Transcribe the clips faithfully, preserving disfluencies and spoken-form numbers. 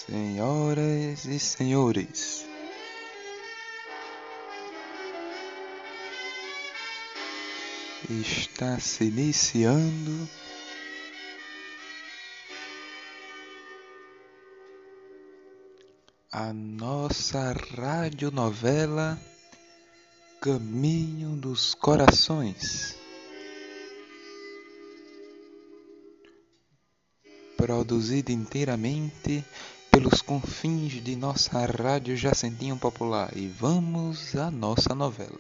Senhoras e senhores, está se iniciando a nossa radionovela Caminho dos Corações, produzida inteiramente pelos confins de nossa rádio Jacentinho Popular. E vamos à nossa novela.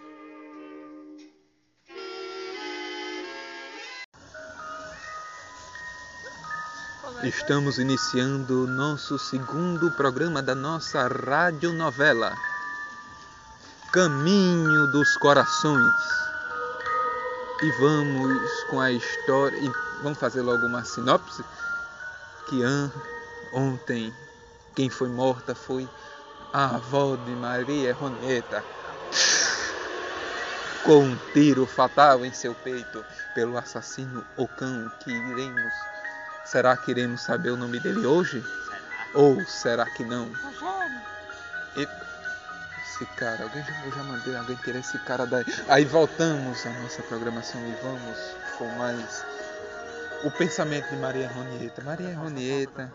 Estamos iniciando o nosso segundo programa da nossa radionovela Caminho dos Corações. E vamos com a história, e vamos fazer logo uma sinopse, que an, ontem quem foi morta foi a avó de Maria Ronieta, com um tiro fatal em seu peito pelo assassino Ocão, que iremos... Será que iremos saber o nome dele hoje? Será? Ou será que não? Rogério. E... Esse cara, alguém já, eu já mandei alguém tirar esse cara daí. Aí voltamos à nossa programação e vamos com mais o pensamento de Maria Ronieta. Maria Ronieta.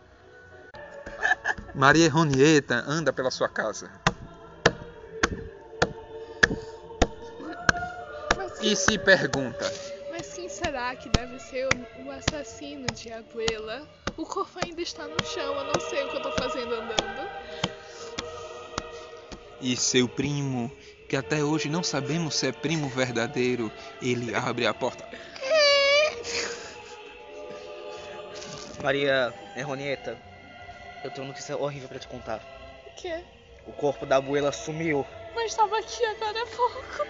Maria Ronieta anda pela sua casa. E se pergunta: mas quem será que deve ser o assassino de Abuela? O corpo ainda está no chão, eu não sei o que eu tô fazendo andando. E seu primo, que até hoje não sabemos se é primo verdadeiro, ele abre a porta. Maria Ronieta, eu tenho uma notícia horrível pra te contar. O quê? O corpo da Abuela sumiu. Mas estava aqui agora há pouco.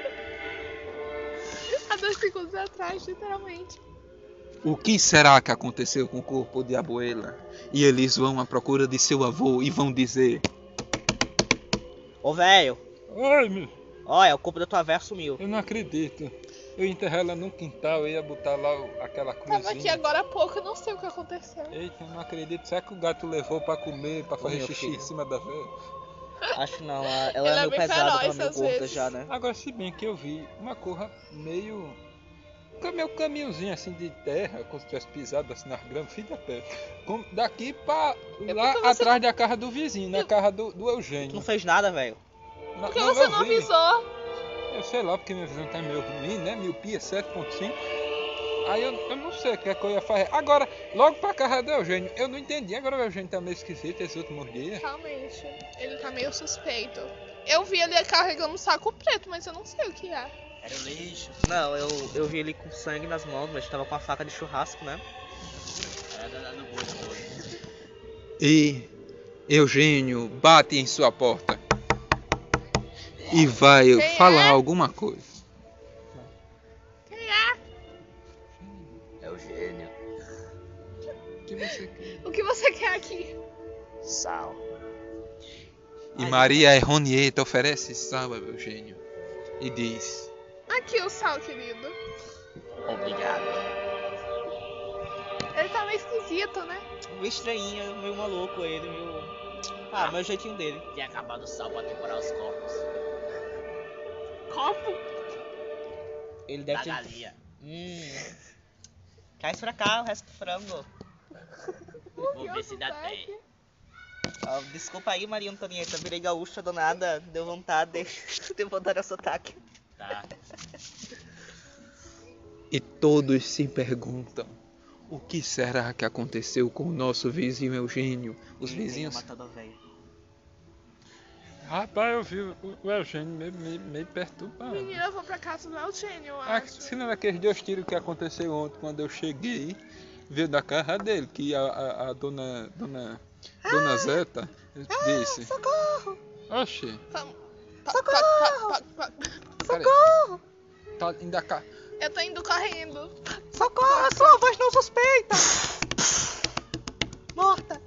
Há dois segundos atrás, literalmente. O que será que aconteceu com o corpo de Abuela? E eles vão à procura de seu avô e vão dizer: Ô velho, Oi, meu. olha, o corpo da tua véia sumiu. Eu não acredito. Eu ia enterrar ela no quintal, eu ia botar lá o- aquela cruzinha. Tava aqui agora há pouco, eu não sei o que aconteceu. Eita, eu não acredito. Será que o gato levou pra comer, pra fazer meu xixi filho. em cima da véia? Acho que não, ela Ela é é meio bem pesada, ela é feroz, meio às gorda vezes. já, né? Agora, se bem que eu vi uma corra meio... Meio caminhozinho assim de terra, como se tivesse pisado assim nas gramas, fim da pé. Com- Daqui pra É lá porque você atrás da casa do vizinho, na casa do, do Tu Eugênio. não fez nada, velho. Na- Por que não, você eu não vi. avisou? Eu sei lá, porque minha visão tá meio ruim, né? Miopia sete ponto cinco. Aí eu, eu não sei o que é que eu ia fazer. Agora, logo pra casa do Eugênio, eu não entendi. Agora o Eugênio tá meio esquisito esses últimos dias. Realmente, ele tá meio suspeito. Eu vi ele carregando um saco preto, mas eu não sei o que é. Era lixo. Não, eu, eu vi ele com sangue nas mãos, mas tava com a faca de churrasco, né? Era do boi, do boi. E Eugênio bate em sua porta e vai Quem falar é? alguma coisa. Quem é? Eugênio. O que você quer? O que você quer aqui? Sal. E Maria Ronieta oferece sal a Eugênio e diz: Aqui o sal, querido. Obrigado. Ele tá meio esquisito, né? Meio estranhinho, meio maluco ele, meio... Ah, meu jeitinho dele. Tinha acabado o sal pra temperar os corpos Copo? Ele da deve ter... galinha. Hum... Cai pra cá, o resto do frango. Vou ver se dá sotaque. bem. Ah, desculpa aí, Maria Antonieta, virei gaúcha do nada, deu vontade de, de voltar a sotaque. Tá. E todos se perguntam: o que será que aconteceu com o nosso vizinho Eugênio? Os Ele vizinhos. tenha matado a véia. Rapaz, eu vi o, o Eugênio meio, meio, meio perturbado. Menina, eu vou pra casa do Eugênio, eu Ah, acho. se não é aqueles dois tiros que aconteceu ontem quando eu cheguei, veio da casa dele, que a, a, a dona, dona, dona Zeta disse: Socorro! Oxe, Vamos. Pa- pa- pa- pa- pa- peraí, tá ainda cá. Eu tô indo correndo. Socorro, a sua voz não suspeita! Morta!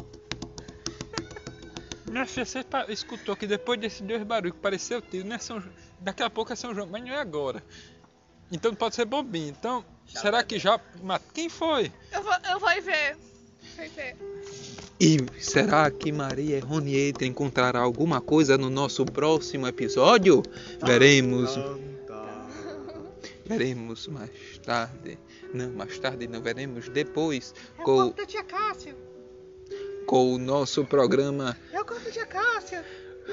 Minha filha, você pa- escutou que depois desses dois barulhos que pareceu tiro, não é São João, daqui a pouco é São João, mas não é agora. Então pode ser bobinho. Então, Já será vai que ver. já... Mas quem foi? Eu vou, eu vou ir ver. Vai ver. E será que Maria Ronieta encontrará alguma coisa no nosso próximo episódio? Veremos. Veremos mais tarde. Não, mais tarde não, veremos depois. É o Com, corpo da tia Cássia. com o nosso programa É o corpo da tia Cássia.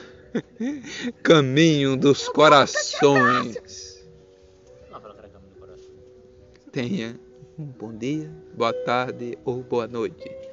Caminho dos Corações. Não, pelo que era caminho do coração. Tenha um bom dia, boa tarde ou boa noite.